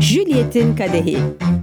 Juliet'in Kadehi.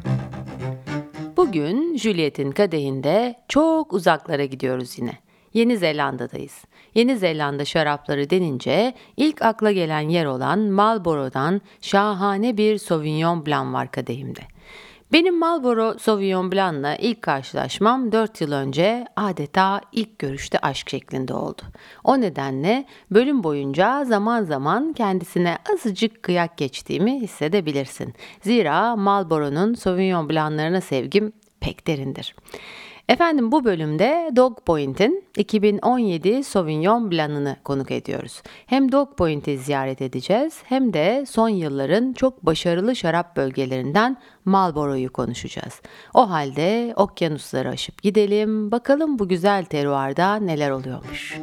Bugün Juliet'in kadehinde çok uzaklara gidiyoruz yine. Yeni Zelanda'dayız. Yeni Zelanda şarapları denince ilk akla gelen yer olan Marlboro'dan şahane bir Sauvignon Blanc var kadehimde. Benim Marlboro Sauvignon Blanc'la ilk karşılaşmam 4 yıl önce adeta ilk görüşte aşk şeklinde oldu. O nedenle bölüm boyunca zaman zaman kendisine azıcık kıyak geçtiğimi hissedebilirsin. Zira Marlboro'nun Sauvignon Blanc'larına sevgim pek derindir. Efendim bu bölümde Dog Point'in 2017 Sauvignon Blanc'ını konuk ediyoruz. Hem Dog Point'i ziyaret edeceğiz hem de son yılların çok başarılı şarap bölgelerinden Marlboro'yu konuşacağız. O halde okyanusları aşıp gidelim, bakalım bu güzel terroirda neler oluyormuş.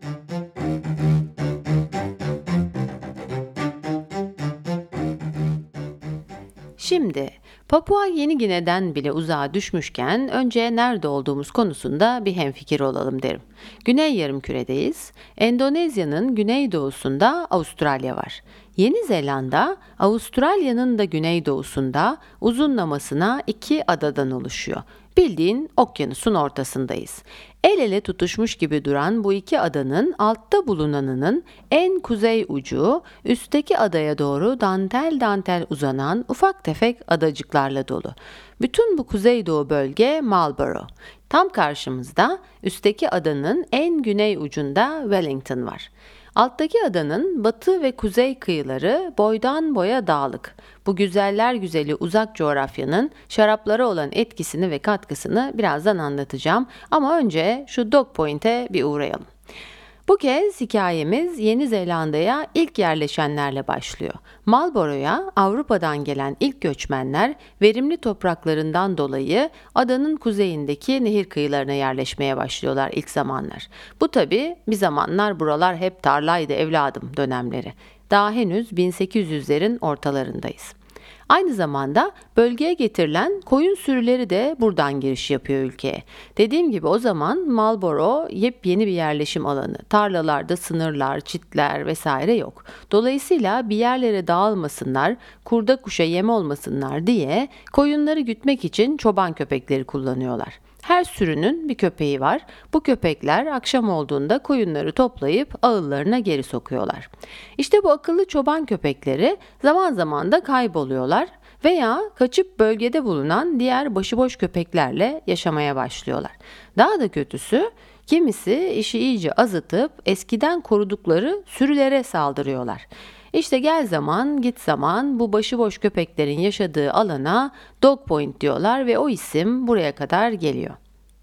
Şimdi Papua Yeni Gine'den bile uzağa düşmüşken önce nerede olduğumuz konusunda bir hemfikir olalım derim. Güney Yarımküre'deyiz. Endonezya'nın güneydoğusunda Avustralya var. Yeni Zelanda, Avustralya'nın da güneydoğusunda uzunlamasına 2 adadan oluşuyor. Bildiğin okyanusun ortasındayız. El ele tutuşmuş gibi duran bu 2 adanın altta bulunanının en kuzey ucu üstteki adaya doğru dantel dantel uzanan ufak tefek adacıklarla dolu. Bütün bu kuzeydoğu bölge Marlborough. Tam karşımızda üstteki adanın en güney ucunda Wellington var. Alttaki adanın batı ve kuzey kıyıları boydan boya dağlık. Bu güzeller güzeli uzak coğrafyanın şaraplara olan etkisini ve katkısını birazdan anlatacağım. Ama önce şu Dog Point'e bir uğrayalım. Bu kez hikayemiz Yeni Zelanda'ya ilk yerleşenlerle başlıyor. Marlboro'ya Avrupa'dan gelen ilk göçmenler verimli topraklarından dolayı adanın kuzeyindeki nehir kıyılarına yerleşmeye başlıyorlar ilk zamanlar. Bu tabii bir zamanlar buralar hep tarlaydı evladım dönemleri. Daha henüz 1800'lerin ortalarındayız. Aynı zamanda bölgeye getirilen koyun sürüleri de buradan giriş yapıyor ülkeye. Dediğim gibi o zaman Marlborough yepyeni bir yerleşim alanı. Tarlalarda sınırlar, çitler vesaire yok. Dolayısıyla bir yerlere dağılmasınlar, kurda kuşa yem olmasınlar diye koyunları gütmek için çoban köpekleri kullanıyorlar. Her sürünün bir köpeği var. Bu köpekler akşam olduğunda koyunları toplayıp ağıllarına geri sokuyorlar. İşte bu akıllı çoban köpekleri zaman zaman da kayboluyorlar veya kaçıp bölgede bulunan diğer başıboş köpeklerle yaşamaya başlıyorlar. Daha da kötüsü kimisi işi iyice azıtıp eskiden korudukları sürülere saldırıyorlar. İşte gel zaman git zaman bu başıboş köpeklerin yaşadığı alana Dog Point diyorlar ve o isim buraya kadar geliyor.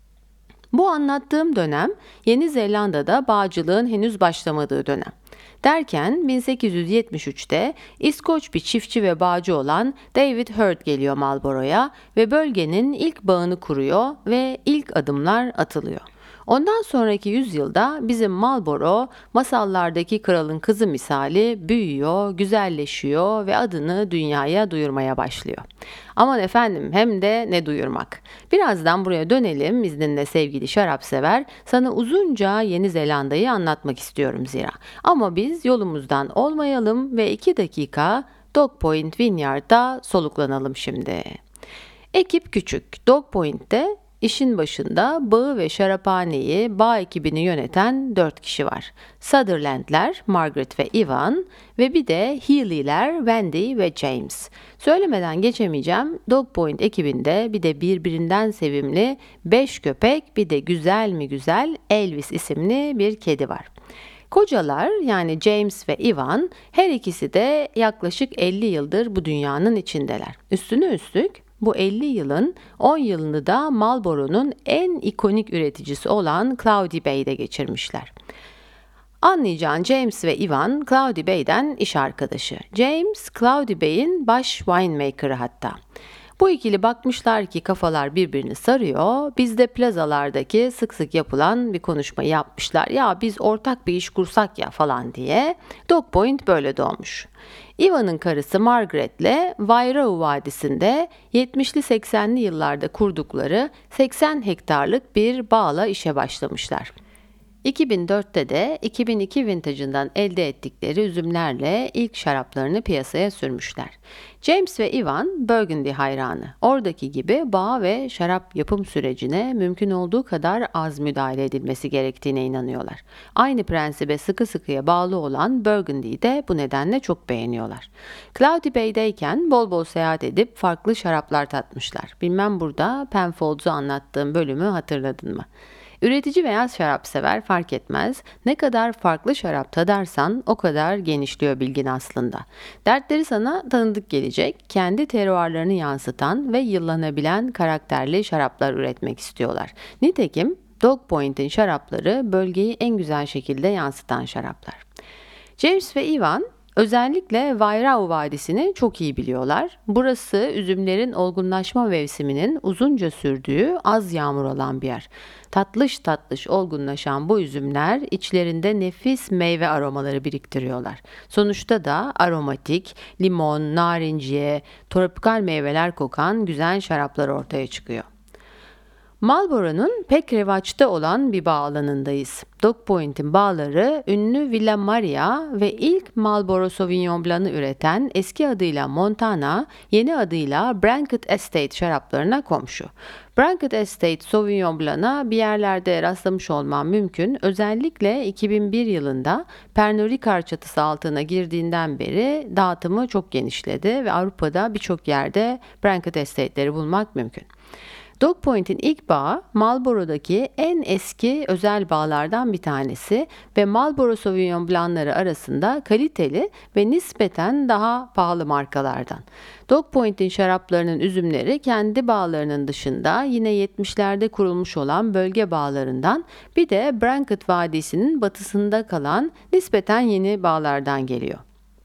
Bu anlattığım dönem Yeni Zelanda'da bağcılığın henüz başlamadığı dönem. Derken 1873'te İskoç bir çiftçi ve bağcı olan David Heard geliyor Marlboro'ya ve bölgenin ilk bağını kuruyor ve ilk adımlar atılıyor. Ondan sonraki yüzyılda bizim Marlborough masallardaki kralın kızı misali büyüyor, güzelleşiyor ve adını dünyaya duyurmaya başlıyor. Aman efendim hem de ne duyurmak. Birazdan buraya dönelim izninle sevgili şarapsever. Sana uzunca Yeni Zelanda'yı anlatmak istiyorum zira. Ama biz yolumuzdan olmayalım ve 2 dakika Dog Point Vineyard'da soluklanalım şimdi. Ekip küçük. Dog Point'te İşin başında bağı ve şaraphaneyi, bağ ekibini yöneten 4 kişi var. Sutherland'ler, Margaret ve Ivan ve bir de Healy'ler, Wendy ve James. Söylemeden geçemeyeceğim, Dog Point ekibinde bir de birbirinden sevimli 5 köpek, bir de güzel mi güzel Elvis isimli bir kedi var. Kocalar yani James ve Ivan her ikisi de yaklaşık 50 yıldır bu dünyanın içindeler. Üstüne üstlük bu 50 yılın 10 yılını da Marlboro'nun en ikonik üreticisi olan Cloudy Bay'de geçirmişler. Anlayacağın James ve Ivan Cloudy Bay'den iş arkadaşı. James, Cloudy Bay'in baş winemaker'ı hatta. Bu ikili bakmışlar ki kafalar birbirini sarıyor. Biz de plazalardaki sık sık yapılan bir konuşmayı yapmışlar. Ya biz ortak bir iş kursak ya falan diye. Dog Point böyle doğmuş. Ivan'ın karısı Margaret'le Wairau Vadisi'nde 70'li 80'li yıllarda kurdukları 80 hektarlık bir bağla işe başlamışlar. 2004'te de 2002 vintage'ından elde ettikleri üzümlerle ilk şaraplarını piyasaya sürmüşler. James ve Ivan Burgundy hayranı. Oradaki gibi bağ ve şarap yapım sürecine mümkün olduğu kadar az müdahale edilmesi gerektiğine inanıyorlar. Aynı prensibe sıkı sıkıya bağlı olan Burgundy'yi de bu nedenle çok beğeniyorlar. Cloudy Bay'deyken bol bol seyahat edip farklı şaraplar tatmışlar. Bilmem burada Penfolds'u anlattığım bölümü hatırladın mı? Üretici veya şarap sever fark etmez. Ne kadar farklı şarap tadarsan o kadar genişliyor bilgin aslında. Dertleri sana tanıdık gelecek, kendi terroirlarını yansıtan ve yıllanabilen karakterli şaraplar üretmek istiyorlar. Nitekim Dog Point'in şarapları bölgeyi en güzel şekilde yansıtan şaraplar. James ve Ivan özellikle Wairau Vadisi'ni çok iyi biliyorlar. Burası üzümlerin olgunlaşma mevsiminin uzunca sürdüğü, az yağmur olan bir yer. Tatlış tatlış olgunlaşan bu üzümler içlerinde nefis meyve aromaları biriktiriyorlar. Sonuçta da aromatik, limon, narinciye, tropikal meyveler kokan güzel şaraplar ortaya çıkıyor. Marlboro'nun pek revaçta olan bir bağ alanındayız. Dog Point'in bağları ünlü Villa Maria ve ilk Marlboro Sauvignon Blanc'ı üreten eski adıyla Montana, yeni adıyla Brancott Estate şaraplarına komşu. Brancott Estate Sauvignon Blanc'a bir yerlerde rastlamış olmam mümkün. Özellikle 2001 yılında Pernod Ricard çatısı altına girdiğinden beri dağıtımı çok genişledi ve Avrupa'da birçok yerde Brancott Estate'leri bulmak mümkün. Dog Point'in ilk bağı Marlboro'daki en eski özel bağlardan bir tanesi ve Marlboro Sauvignon Blanc'ları arasında kaliteli ve nispeten daha pahalı markalardan. Dog Point'in şaraplarının üzümleri kendi bağlarının dışında yine 70'lerde kurulmuş olan bölge bağlarından, bir de Brancott Vadisi'nin batısında kalan nispeten yeni bağlardan geliyor.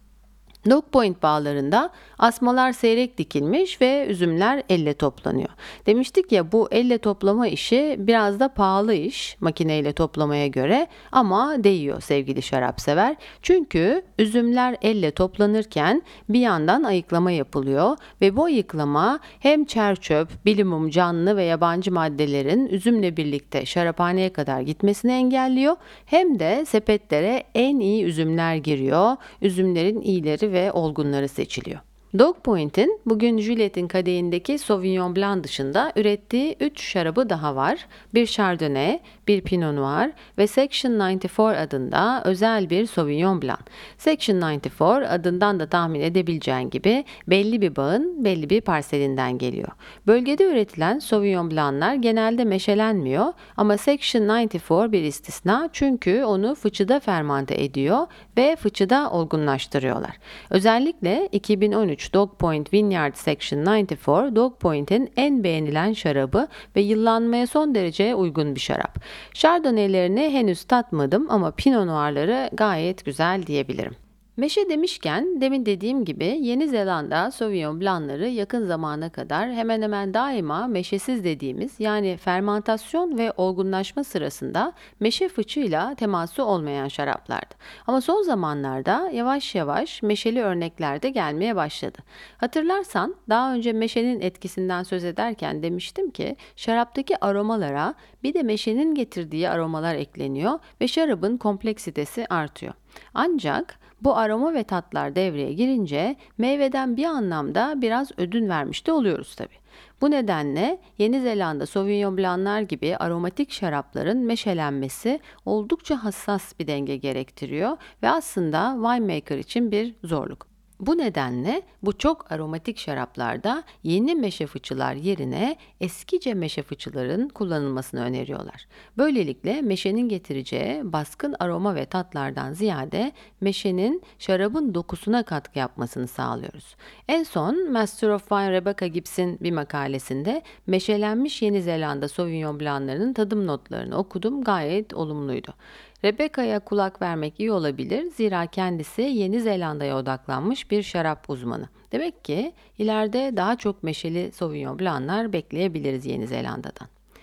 Dog Point bağlarında asmalar seyrek dikilmiş ve üzümler elle toplanıyor. Demiştik ya, bu elle toplama işi biraz da pahalı iş makineyle toplamaya göre, ama değiyor sevgili şarapsever. Çünkü üzümler elle toplanırken bir yandan ayıklama yapılıyor ve bu ayıklama hem çerçöp, bilimum canlı ve yabancı maddelerin üzümle birlikte şaraphaneye kadar gitmesini engelliyor, hem de sepetlere en iyi üzümler giriyor. Üzümlerin iyileri ve olgunları seçiliyor. Dog Point'in bugün Juliet'in kadehindeki Sauvignon Blanc dışında ürettiği 3 şarabı daha var. Bir Chardonnay, bir Pinot Noir ve Section 94 adında özel bir Sauvignon Blanc. Section 94 adından da tahmin edebileceğin gibi belli bir bağın belli bir parselinden geliyor. Bölgede üretilen Sauvignon Blanc'lar genelde meşelenmiyor, ama Section 94 bir istisna, çünkü onu fıçıda fermante ediyor ve fıçıda olgunlaştırıyorlar. Özellikle 2013 Dog Point Vineyard Section 94, Dog Point'in en beğenilen şarabı ve yıllanmaya son derece uygun bir şarap. Chardonnay'lerini henüz tatmadım ama Pinot Noir'ları gayet güzel diyebilirim. Meşe demişken, demin dediğim gibi Yeni Zelanda Sauvignon Blanc'ları yakın zamana kadar hemen hemen daima meşesiz dediğimiz, yani fermantasyon ve olgunlaşma sırasında meşe fıçıyla teması olmayan şaraplardı. Ama son zamanlarda yavaş yavaş meşeli örnekler de gelmeye başladı. Hatırlarsan daha önce meşenin etkisinden söz ederken demiştim ki şaraptaki aromalara bir de meşenin getirdiği aromalar ekleniyor ve şarabın kompleksitesi artıyor. Ancak bu aroma ve tatlar devreye girince meyveden bir anlamda biraz ödün vermiş de oluyoruz tabii. Bu nedenle Yeni Zelanda Sauvignon Blanc'lar gibi aromatik şarapların meşelenmesi oldukça hassas bir denge gerektiriyor ve aslında winemaker için bir zorluk. Bu nedenle bu çok aromatik şaraplarda yeni meşe fıçılar yerine eskice meşe fıçıların kullanılmasını öneriyorlar. Böylelikle meşenin getireceği baskın aroma ve tatlardan ziyade meşenin şarabın dokusuna katkı yapmasını sağlıyoruz. En son Master of Wine Rebecca Gibbs'in bir makalesinde meşelenmiş Yeni Zelanda Sauvignon Blanc'larının tadım notlarını okudum, gayet olumluydu. Rebecca'ya kulak vermek iyi olabilir, zira kendisi Yeni Zelanda'ya odaklanmış bir şarap uzmanı. Demek ki ileride daha çok meşeli Sauvignon Blanc'lar bekleyebiliriz Yeni Zelanda'dan.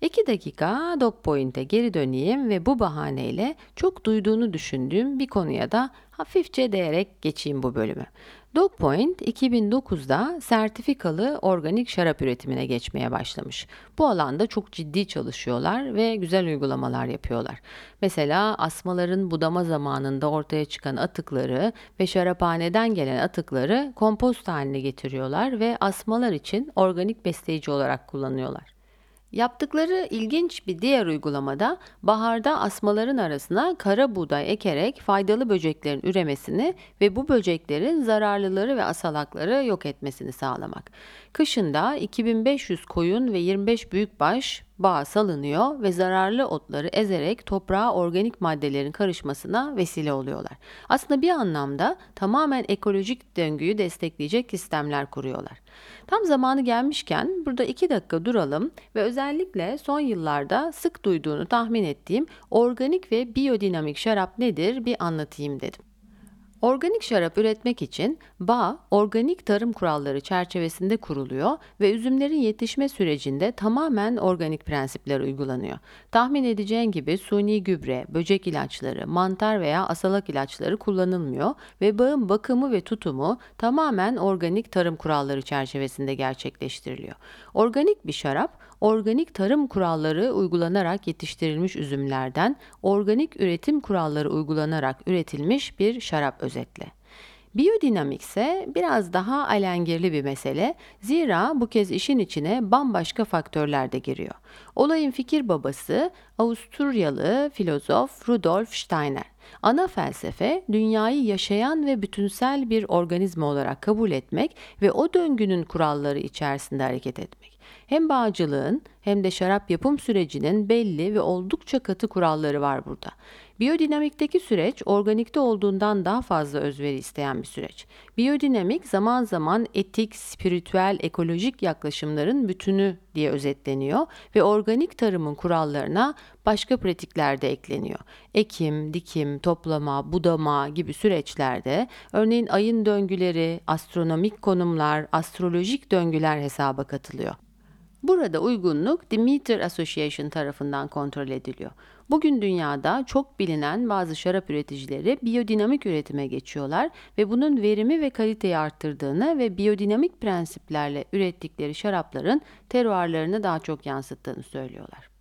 2 dakika dog point'e geri döneyim ve bu bahaneyle çok duyduğunu düşündüğüm bir konuya da hafifçe değerek geçeyim bu bölümü. Dog Point 2009'da sertifikalı organik şarap üretimine geçmeye başlamış. Bu alanda çok ciddi çalışıyorlar ve güzel uygulamalar yapıyorlar. Mesela asmaların budama zamanında ortaya çıkan atıkları ve şaraphaneden gelen atıkları kompost haline getiriyorlar ve asmalar için organik besleyici olarak kullanıyorlar. Yaptıkları ilginç bir diğer uygulamada baharda asmaların arasına kara buğday ekerek faydalı böceklerin üremesini ve bu böceklerin zararlıları ve asalakları yok etmesini sağlamak. Kışında 2500 koyun ve 25 büyükbaş bağa salınıyor ve zararlı otları ezerek toprağa organik maddelerin karışmasına vesile oluyorlar. Aslında bir anlamda tamamen ekolojik döngüyü destekleyecek sistemler kuruyorlar. Tam zamanı gelmişken burada 2 dakika duralım ve özellikle son yıllarda sık duyduğunu tahmin ettiğim organik ve biyodinamik şarap nedir bir anlatayım dedim. Organik şarap üretmek için bağ, organik tarım kuralları çerçevesinde kuruluyor ve üzümlerin yetişme sürecinde tamamen organik prensipler uygulanıyor. Tahmin edeceğin gibi suni gübre, böcek ilaçları, mantar veya asalak ilaçları kullanılmıyor ve bağın bakımı ve tutumu tamamen organik tarım kuralları çerçevesinde gerçekleştiriliyor. Organik bir şarap, organik tarım kuralları uygulanarak yetiştirilmiş üzümlerden organik üretim kuralları uygulanarak üretilmiş bir şarap özetle. Biyodinamik ise biraz daha alengirli bir mesele. Zira bu kez işin içine bambaşka faktörler de giriyor. Olayın fikir babası Avusturyalı filozof Rudolf Steiner. Ana felsefe dünyayı yaşayan ve bütünsel bir organizma olarak kabul etmek ve o döngünün kuralları içerisinde hareket etmek. Hem bağcılığın hem de şarap yapım sürecinin belli ve oldukça katı kuralları var burada. Biyodinamikteki süreç organikte olduğundan daha fazla özveri isteyen bir süreç. Biyodinamik zaman zaman etik, spiritüel, ekolojik yaklaşımların bütünü diye özetleniyor ve organik tarımın kurallarına başka pratikler de ekleniyor. Ekim, dikim, toplama, budama gibi süreçlerde örneğin ayın döngüleri, astronomik konumlar, astrolojik döngüler hesaba katılıyor. Burada uygunluk Demeter Association tarafından kontrol ediliyor. Bugün dünyada çok bilinen bazı şarap üreticileri biyodinamik üretime geçiyorlar ve bunun verimi ve kaliteyi arttırdığını ve biyodinamik prensiplerle ürettikleri şarapların terroirlarını daha çok yansıttığını söylüyorlar.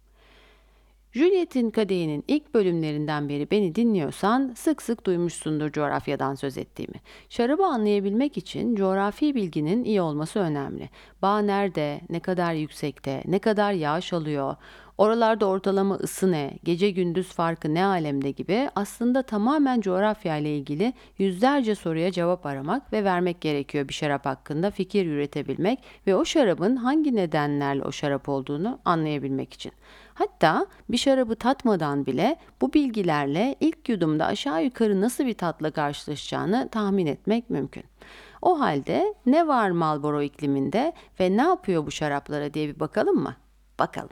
Juliet'in Kadehi'nin ilk bölümlerinden beri beni dinliyorsan sık sık duymuşsundur coğrafyadan söz ettiğimi. Şarabı anlayabilmek için coğrafi bilginin iyi olması önemli. Bağ nerede, ne kadar yüksekte, ne kadar yağış alıyor, oralarda ortalama ısı ne, gece gündüz farkı ne alemde gibi aslında tamamen coğrafya ile ilgili yüzlerce soruya cevap aramak ve vermek gerekiyor bir şarap hakkında fikir üretebilmek ve o şarabın hangi nedenlerle o şarap olduğunu anlayabilmek için. Hatta bir şarabı tatmadan bile bu bilgilerle ilk yudumda aşağı yukarı nasıl bir tatla karşılaşacağını tahmin etmek mümkün. O halde ne var Marlborough ikliminde ve ne yapıyor bu şaraplara diye bir bakalım mı? Bakalım.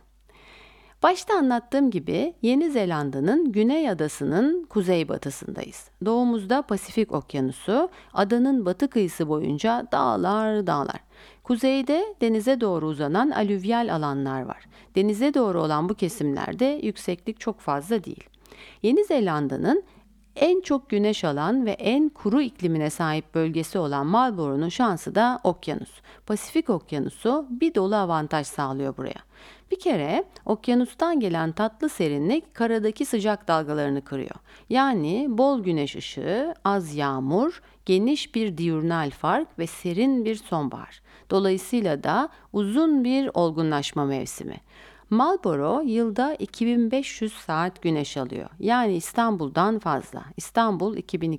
Başta anlattığım gibi Yeni Zelanda'nın güney adasının kuzeybatısındayız. Doğumuzda Pasifik Okyanusu, adanın batı kıyısı boyunca dağlar dağlar. Kuzeyde denize doğru uzanan alüvyal alanlar var. Denize doğru olan bu kesimlerde yükseklik çok fazla değil. Yeni Zelanda'nın en çok güneş alan ve en kuru iklimine sahip bölgesi olan Marlborough'un şansı da okyanus. Pasifik Okyanusu bir dolu avantaj sağlıyor buraya. Bir kere okyanustan gelen tatlı serinlik karadaki sıcak dalgalarını kırıyor. Yani bol güneş ışığı, az yağmur, geniş bir diurnal fark ve serin bir sonbahar. Dolayısıyla da uzun bir olgunlaşma mevsimi. Marlborough yılda 2500 saat güneş alıyor. Yani İstanbul'dan fazla. İstanbul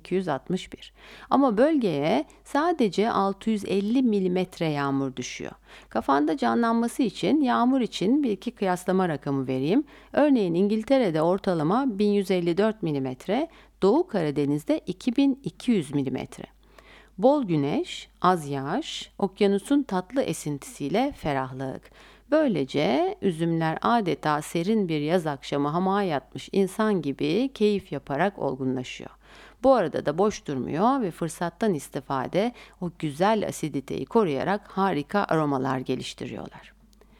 2261. Ama bölgeye sadece 650 milimetre yağmur düşüyor. Kafanda canlanması için yağmur için bir iki kıyaslama rakamı vereyim. Örneğin İngiltere'de ortalama 1154 milimetre, Doğu Karadeniz'de 2200 milimetre. Bol güneş, az yağış, okyanusun tatlı esintisiyle ferahlık. Böylece üzümler adeta serin bir yaz akşamı hamağa yatmış insan gibi keyif yaparak olgunlaşıyor. Bu arada da boş durmuyor ve fırsattan istifade o güzel asiditeyi koruyarak harika aromalar geliştiriyorlar.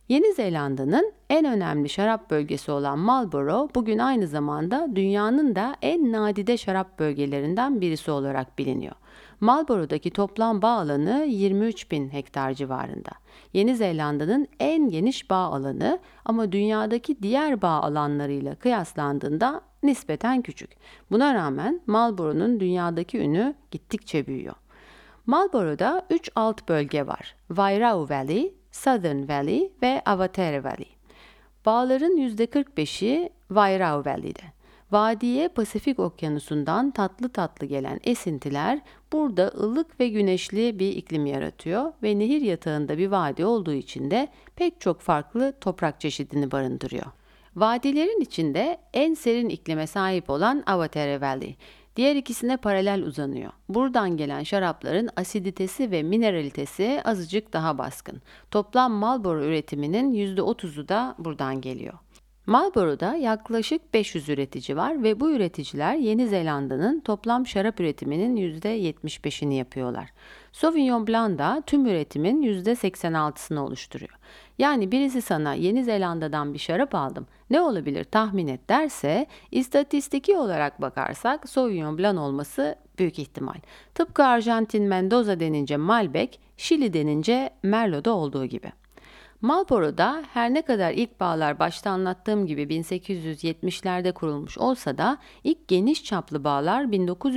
Yeni Zelanda'nın en önemli şarap bölgesi olan Marlborough bugün aynı zamanda dünyanın da en nadide şarap bölgelerinden birisi olarak biliniyor. Marlborough'daki toplam bağ alanı 23 bin hektar civarında. Yeni Zelanda'nın en geniş bağ alanı ama dünyadaki diğer bağ alanlarıyla kıyaslandığında nispeten küçük. Buna rağmen Marlborough'un dünyadaki ünü gittikçe büyüyor. Marlborough'da 3 alt bölge var: Wairau Valley, Southern Valley ve Awatere Valley. Bağların %45'i Wairau Valley'de. Vadiye Pasifik Okyanusu'ndan tatlı tatlı gelen esintiler burada ılık ve güneşli bir iklim yaratıyor ve nehir yatağında bir vadi olduğu için de pek çok farklı toprak çeşidini barındırıyor. Vadilerin içinde en serin iklime sahip olan Awatere Valley, diğer ikisine paralel uzanıyor. Buradan gelen şarapların asiditesi ve mineralitesi azıcık daha baskın. Toplam Marlborough üretiminin %30'u da buradan geliyor. Marlborough'da yaklaşık 500 üretici var ve bu üreticiler Yeni Zelanda'nın toplam şarap üretiminin %75'ini yapıyorlar. Sauvignon Blanc da tüm üretimin %86'sını oluşturuyor. Yani birisi sana Yeni Zelanda'dan bir şarap aldım, ne olabilir tahmin et derse, istatistiki olarak bakarsak Sauvignon Blanc olması büyük ihtimal. Tıpkı Arjantin Mendoza denince Malbec, Şili denince Merlot'da olduğu gibi. Marlborough'da her ne kadar ilk bağlar başta anlattığım gibi 1870'lerde kurulmuş olsa da ilk geniş çaplı bağlar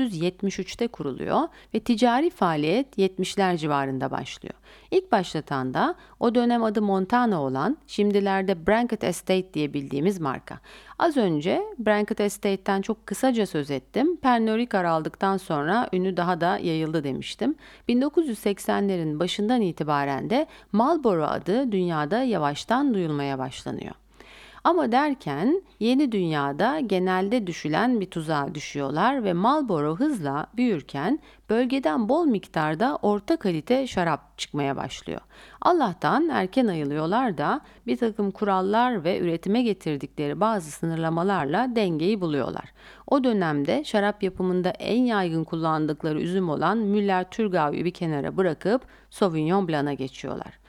1973'te kuruluyor ve ticari faaliyet 70'ler civarında başlıyor. İlk başlatan da o dönem adı Montana olan, şimdilerde Brancott Estate diye bildiğimiz marka. Az önce Brancott Estate'ten çok kısaca söz ettim. Pernod Ricard aldıktan sonra ünü daha da yayıldı demiştim. 1980'lerin başından itibaren de Marlborough adı dünyada yavaştan duyulmaya başlanıyor. Ama derken yeni dünyada genelde düşülen bir tuzağa düşüyorlar ve Marlborough hızla büyürken bölgeden bol miktarda orta kalite şarap çıkmaya başlıyor. Allah'tan erken ayılıyorlar da bir takım kurallar ve üretime getirdikleri bazı sınırlamalarla dengeyi buluyorlar. O dönemde şarap yapımında en yaygın kullandıkları üzüm olan Müller-Thurgau'yu bir kenara bırakıp Sauvignon Blanc'a geçiyorlar.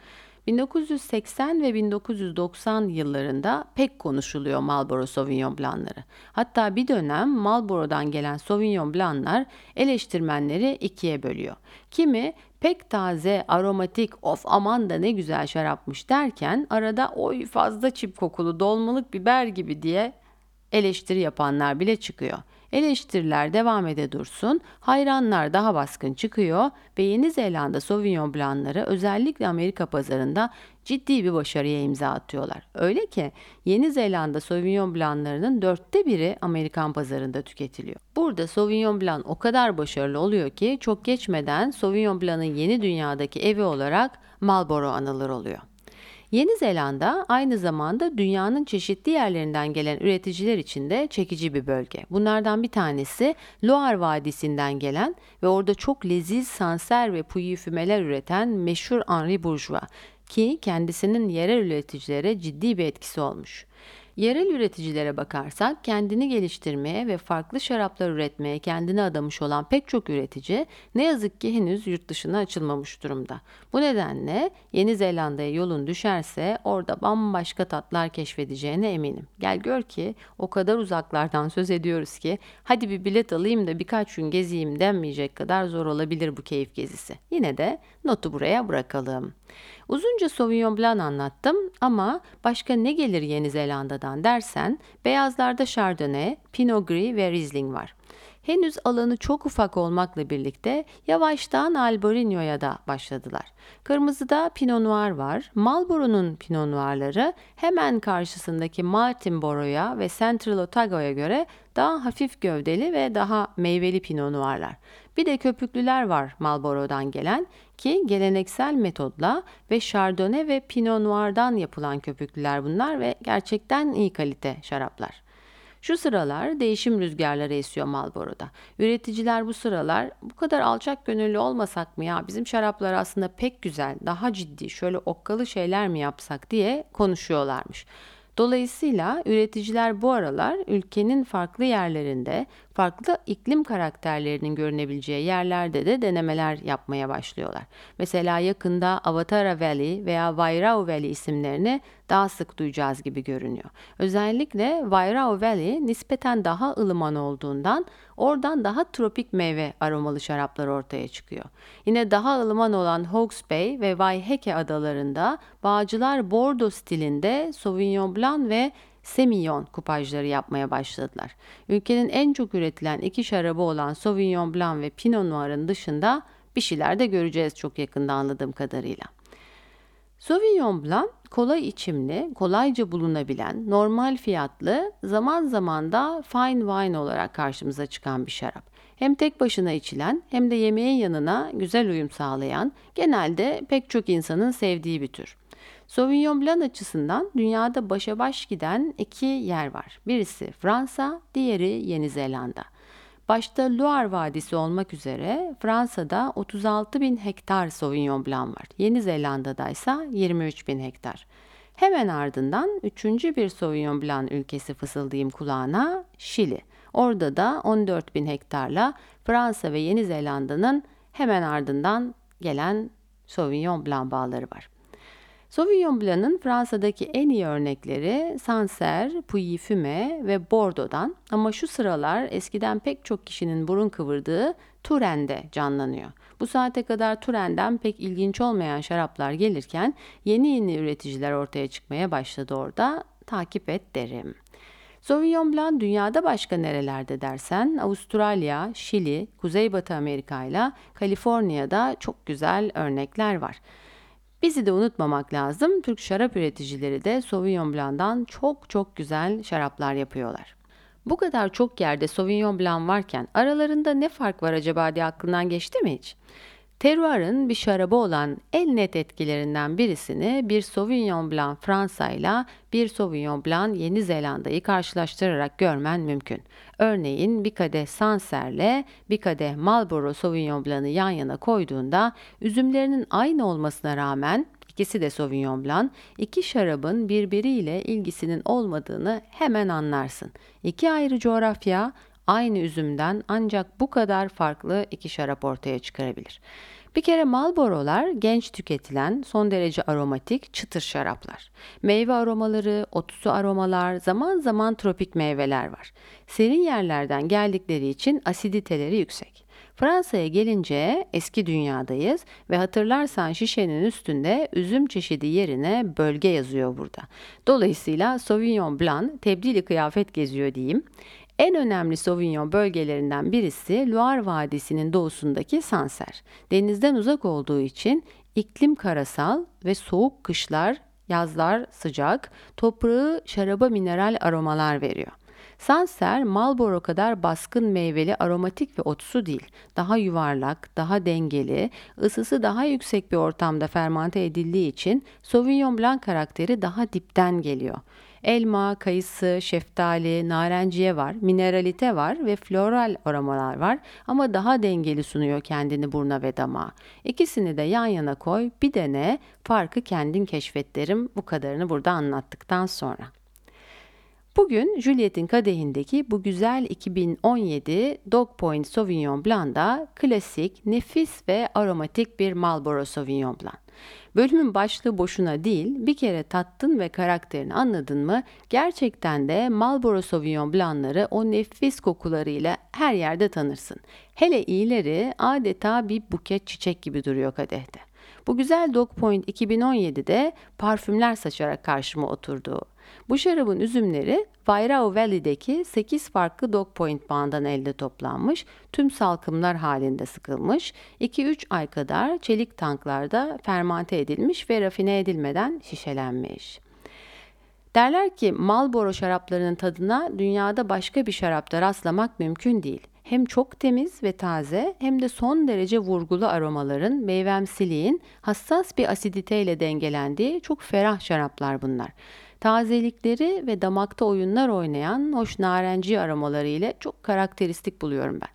1980 ve 1990 yıllarında pek konuşuluyor Marlborough Sauvignon Blanc'ları. Hatta bir dönem Marlborough'dan gelen Sauvignon Blanc'lar eleştirmenleri ikiye bölüyor. Kimi pek taze, aromatik, of aman da ne güzel şarapmış derken arada oy fazla çip kokulu dolmalık biber gibi diye eleştiri yapanlar bile çıkıyor. Eleştiriler devam ede dursun, hayranlar daha baskın çıkıyor ve Yeni Zelanda Sauvignon Blanc'ları özellikle Amerika pazarında ciddi bir başarıya imza atıyorlar. Öyle ki Yeni Zelanda Sauvignon Blanc'larının 1/4 Amerikan pazarında tüketiliyor. Burada Sauvignon Blanc o kadar başarılı oluyor ki çok geçmeden Sauvignon Blanc'ın yeni dünyadaki evi olarak Marlborough anılır oluyor. Yeni Zelanda aynı zamanda dünyanın çeşitli yerlerinden gelen üreticiler için de çekici bir bölge. Bunlardan bir tanesi Loire Vadisi'nden gelen ve orada çok leziz Sancerre ve Pouilly fümeler üreten meşhur Henri Bourgeois ki kendisinin yerel üreticilere ciddi bir etkisi olmuş. Yerel üreticilere bakarsak kendini geliştirmeye ve farklı şaraplar üretmeye kendini adamış olan pek çok üretici ne yazık ki henüz yurt dışına açılmamış durumda. Bu nedenle Yeni Zelanda'ya yolun düşerse orada bambaşka tatlar keşfedeceğine eminim. Gel gör ki o kadar uzaklardan söz ediyoruz ki hadi bir bilet alayım da birkaç gün gezeyim denmeyecek kadar zor olabilir bu keyif gezisi. Yine de notu buraya bırakalım. Uzunca Sauvignon Blanc anlattım ama başka ne gelir Yeni Zelanda'dan dersen beyazlarda Chardonnay, Pinot Gris ve Riesling var. Henüz alanı çok ufak olmakla birlikte yavaştan Albarino'ya da başladılar. Kırmızıda Pinot Noir var. Marlborough'un Pinot Noir'ları hemen karşısındaki Martinborough'a ve Central Otago'ya göre daha hafif gövdeli ve daha meyveli Pinot Noir'lar. Bir de köpüklüler var Marlborough'dan gelen ki geleneksel metodla ve Chardonnay ve Pinot Noir'dan yapılan köpüklüler bunlar ve gerçekten iyi kalite şaraplar. Şu sıralar değişim rüzgarları esiyor Marlborough'da. Üreticiler bu sıralar bu kadar alçak gönüllü olmasak mı ya, bizim şaraplar aslında pek güzel, daha ciddi, şöyle okkalı şeyler mi yapsak diye konuşuyorlarmış. Dolayısıyla üreticiler bu aralar ülkenin farklı yerlerinde farklı iklim karakterlerinin görünebileceği yerlerde de denemeler yapmaya başlıyorlar. Mesela yakında Avatara Valley veya Wairau Valley isimlerini daha sık duyacağız gibi görünüyor. Özellikle Wairau Valley nispeten daha ılıman olduğundan oradan daha tropik meyve aromalı şaraplar ortaya çıkıyor. Yine daha ılıman olan Hawke's Bay ve Waiheke adalarında bağcılar Bordeaux stilinde Sauvignon Blanc ve Semillon kupajları yapmaya başladılar. Ülkenin en çok üretilen iki şarabı olan Sauvignon Blanc ve Pinot Noir'ın dışında bir şeyler de göreceğiz çok yakında anladığım kadarıyla. Sauvignon Blanc kolay içimli, kolayca bulunabilen, normal fiyatlı, zaman zaman da fine wine olarak karşımıza çıkan bir şarap. Hem tek başına içilen hem de yemeğin yanına güzel uyum sağlayan, genelde pek çok insanın sevdiği bir tür. Sauvignon Blanc açısından dünyada başa baş giden iki yer var. Birisi Fransa, diğeri Yeni Zelanda. Başta Loire Vadisi olmak üzere Fransa'da 36 bin hektar Sauvignon Blanc var. Yeni Zelanda'da ise 23 bin hektar. Hemen ardından üçüncü bir Sauvignon Blanc ülkesi fısıldayayım kulağına, Şili. Orada da 14 bin hektarla Fransa ve Yeni Zelanda'nın hemen ardından gelen Sauvignon Blanc bağları var. Sauvignon Blanc'ın Fransa'daki en iyi örnekleri Sancerre, Pouilly-Fumé ve Bordeaux'dan ama şu sıralar eskiden pek çok kişinin burun kıvırdığı Touraine'de canlanıyor. Bu saate kadar Touraine'den pek ilginç olmayan şaraplar gelirken yeni üreticiler ortaya çıkmaya başladı orada. Takip et derim. Sauvignon Blanc dünyada başka nerelerde dersen Avustralya, Şili, Kuzeybatı Amerika ile Kaliforniya'da çok güzel örnekler var. Bizi de unutmamak lazım. Türk şarap üreticileri de Sauvignon Blanc'dan çok güzel şaraplar yapıyorlar. Bu kadar çok yerde Sauvignon Blanc varken aralarında ne fark var acaba diye aklından geçti mi hiç? Terroir'ın bir şarabı olan en net etkilerinden birisini bir Sauvignon Blanc Fransa ile bir Sauvignon Blanc Yeni Zelanda'yı karşılaştırarak görmen mümkün. Örneğin bir kadeh Sancerre'le bir kadeh Marlborough Sauvignon Blanc'ı yan yana koyduğunda üzümlerinin aynı olmasına rağmen İkisi de Sauvignon Blanc, iki şarabın birbiriyle ilgisinin olmadığını hemen anlarsın. İki ayrı coğrafya aynı üzümden ancak bu kadar farklı iki şarap ortaya çıkarabilir. Bir kere Marlboro'lar genç tüketilen son derece aromatik çıtır şaraplar. Meyve aromaları, otsu aromalar, zaman zaman tropik meyveler var. Serin yerlerden geldikleri için asiditeleri yüksek. Fransa'ya gelince eski dünyadayız ve hatırlarsan şişenin üstünde üzüm çeşidi yerine bölge yazıyor burada. Dolayısıyla Sauvignon Blanc tebdili kıyafet geziyor diyeyim. En önemli Sauvignon bölgelerinden birisi Loire Vadisi'nin doğusundaki Sancerre. Denizden uzak olduğu için iklim karasal ve soğuk kışlar, yazlar sıcak, toprağı şaraba mineral aromalar veriyor. Sancerre, Marlborough kadar baskın meyveli, aromatik ve otsu değil. Daha yuvarlak, daha dengeli, ısısı daha yüksek bir ortamda fermante edildiği için Sauvignon Blanc karakteri daha dipten geliyor. Elma, kayısı, şeftali, narenciye var, mineralite var ve floral aromalar var ama daha dengeli sunuyor kendini burna ve damağa. İkisini de yan yana koy, bir dene, farkı kendin keşfet derim bu kadarını burada anlattıktan sonra. Bugün Juliet'in kadehindeki bu güzel 2017 Dog Point Sauvignon Blanc'da klasik, nefis ve aromatik bir Marlborough Sauvignon Blanc. Bölümün başlığı boşuna değil, bir kere tattın ve karakterini anladın mı gerçekten de Marlborough Sauvignon Blanc'ları o nefis kokularıyla her yerde tanırsın. Hele iyileri adeta bir buket çiçek gibi duruyor kadehte. Bu güzel Dog Point 2017'de parfümler saçarak karşıma oturdu. Bu şarabın üzümleri Wairau Valley'deki 8 farklı Dog Point bağından elde toplanmış, tüm salkımlar halinde sıkılmış, 2-3 ay kadar çelik tanklarda fermante edilmiş ve rafine edilmeden şişelenmiş. Derler ki Marlborough şaraplarının tadına dünyada başka bir şarapta rastlamak mümkün değil. Hem çok temiz ve taze hem de son derece vurgulu aromaların, meyvemsiliğin hassas bir asiditeyle dengelendiği çok ferah şaraplar bunlar. Tazelikleri ve damakta oyunlar oynayan hoş narenci aromaları ile çok karakteristik buluyorum ben.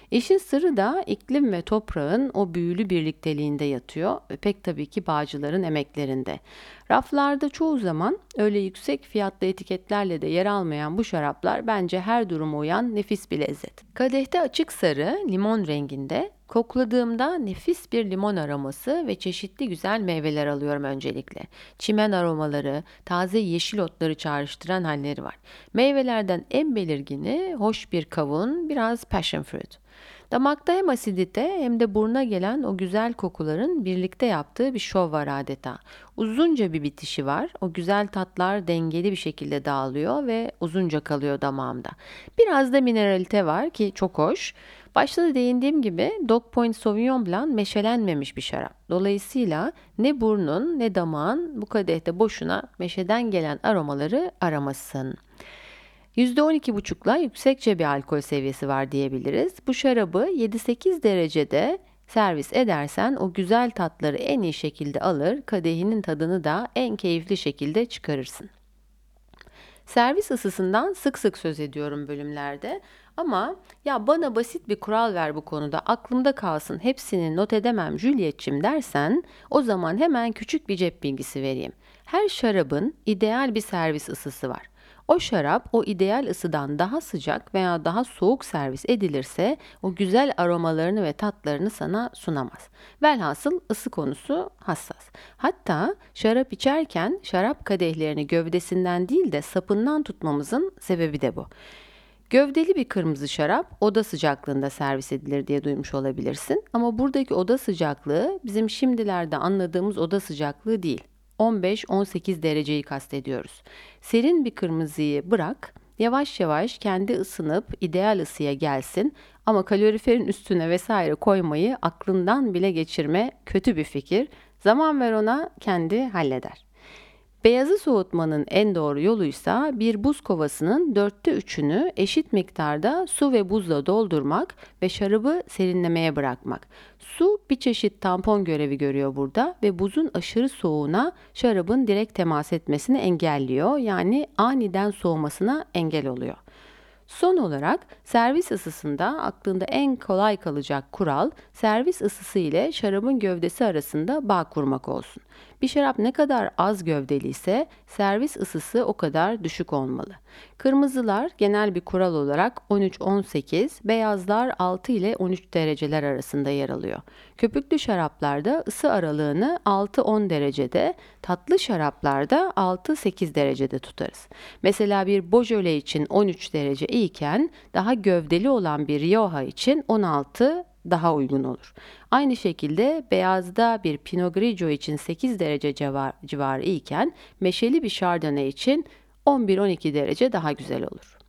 İşin sırrı da iklim ve toprağın o büyülü birlikteliğinde yatıyor ve pek tabii ki bağcıların emeklerinde. Raflarda çoğu zaman öyle yüksek fiyatlı etiketlerle de yer almayan bu şaraplar bence her duruma uyan nefis bir lezzet. Kadehte açık sarı, limon renginde, kokladığımda nefis bir limon aroması ve çeşitli güzel meyveler alıyorum öncelikle. Çimen aromaları, taze yeşil otları çağrıştıran halleri var. Meyvelerden en belirgini hoş bir kavun, biraz passion fruit. Damakta hem asidite hem de buruna gelen o güzel kokuların birlikte yaptığı bir şov var adeta. Uzunca bir bitişi var. O güzel tatlar dengeli bir şekilde dağılıyor ve uzunca kalıyor damağımda. Biraz da mineralite var ki çok hoş. Başta da değindiğim gibi Dog Point Sauvignon Blanc meşelenmemiş bir şarap. Dolayısıyla ne burnun ne damağın bu kadehte boşuna meşeden gelen aromaları aramasın. %12,5'la yüksekçe bir alkol seviyesi var diyebiliriz. Bu şarabı 7-8 derecede servis edersen o güzel tatları en iyi şekilde alır, kadehinin tadını da en keyifli şekilde çıkarırsın. Servis ısısından sık sık söz ediyorum bölümlerde ama ya bana basit bir kural ver bu konuda aklımda kalsın hepsini not edemem Juliet'cim dersen o zaman hemen küçük bir cep bilgisi vereyim. Her şarabın ideal bir servis ısısı var. O şarap o ideal ısıdan daha sıcak veya daha soğuk servis edilirse o güzel aromalarını ve tatlarını sana sunamaz. Velhasıl ısı konusu hassas. Hatta şarap içerken şarap kadehlerini gövdesinden değil de sapından tutmamızın sebebi de bu. Gövdeli bir kırmızı şarap oda sıcaklığında servis edilir diye duymuş olabilirsin. Ama buradaki oda sıcaklığı bizim şimdilerde anladığımız oda sıcaklığı değil. 15-18 dereceyi kastediyoruz. Serin bir kırmızıyı bırak, yavaş yavaş kendi ısınıp ideal ısıya gelsin ama kaloriferin üstüne vesaire koymayı aklından bile geçirme, kötü bir fikir. Zaman ver ona, kendi halleder. Beyazı soğutmanın en doğru yoluysa bir buz kovasının 3'ünü eşit miktarda su ve buzla doldurmak ve şarabı serinlemeye bırakmak. Su bir çeşit tampon görevi görüyor burada ve buzun aşırı soğuğuna şarabın direkt temas etmesini engelliyor. Yani aniden soğumasına engel oluyor. Son olarak servis ısısında aklında en kolay kalacak kural servis ısısı ile şarabın gövdesi arasında bağ kurmak olsun. Bir şarap ne kadar az gövdeli ise servis ısısı o kadar düşük olmalı. Kırmızılar genel bir kural olarak 13-18, beyazlar 6 ile 13 dereceler arasında yer alıyor. Köpüklü şaraplarda ısı aralığını 6-10 derecede, tatlı şaraplarda 6-8 derecede tutarız. Mesela bir Beaujolais için 13 derece iken daha gövdeli olan bir Rioja için 16 daha uygun olur. Aynı şekilde beyazda bir Pinot Grigio için 8 derece civarı iken meşeli bir Chardonnay için 11-12 derece daha güzel olur.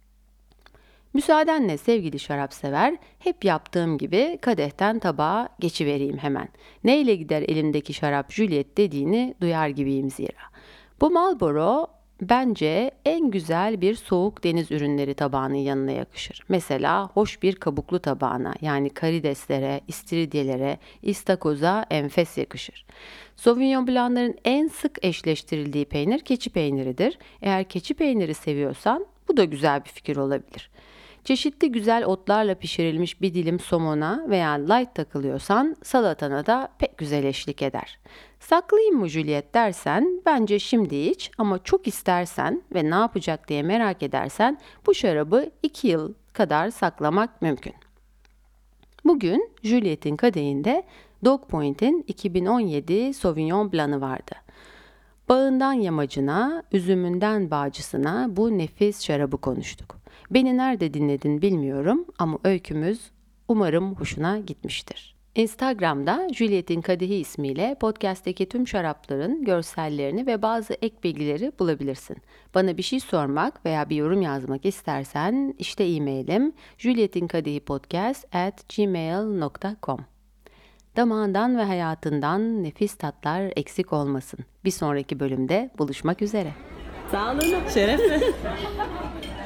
Müsaadenle sevgili şarapsever, hep yaptığım gibi kadehten tabağa geçivereyim hemen. Neyle gider elimdeki şarap Juliet dediğini duyar gibiyim zira. Bu Marlboro bence en güzel bir soğuk deniz ürünleri tabağının yanına yakışır. Mesela hoş bir kabuklu tabağına yani karideslere, istiridyelere, istakoza enfes yakışır. Sauvignon Blanc'ların en sık eşleştirildiği peynir keçi peyniridir. Eğer keçi peyniri seviyorsan bu da güzel bir fikir olabilir. Çeşitli güzel otlarla pişirilmiş bir dilim somona veya light takılıyorsan salatana da pek güzel eşlik eder. Saklayayım mı Juliet dersen bence şimdi iç ama çok istersen ve ne yapacak diye merak edersen bu şarabı 2 yıl kadar saklamak mümkün. Bugün Juliet'in kadehinde Dog Point'in 2017 Sauvignon Blanc'ı vardı. Bağından yamacına, üzümünden bağcısına bu nefis şarabı konuştuk. Beni nerede dinledin bilmiyorum ama öykümüz umarım hoşuna gitmiştir. Instagram'da Juliet'in Kadehi ismiyle podcast'teki tüm şarapların görsellerini ve bazı ek bilgileri bulabilirsin. Bana bir şey sormak veya bir yorum yazmak istersen işte e-mailim julietinkadehipodcast@gmail.com. Damağından ve hayatından nefis tatlar eksik olmasın. Bir sonraki bölümde buluşmak üzere. Sağ olun. Şeref mi?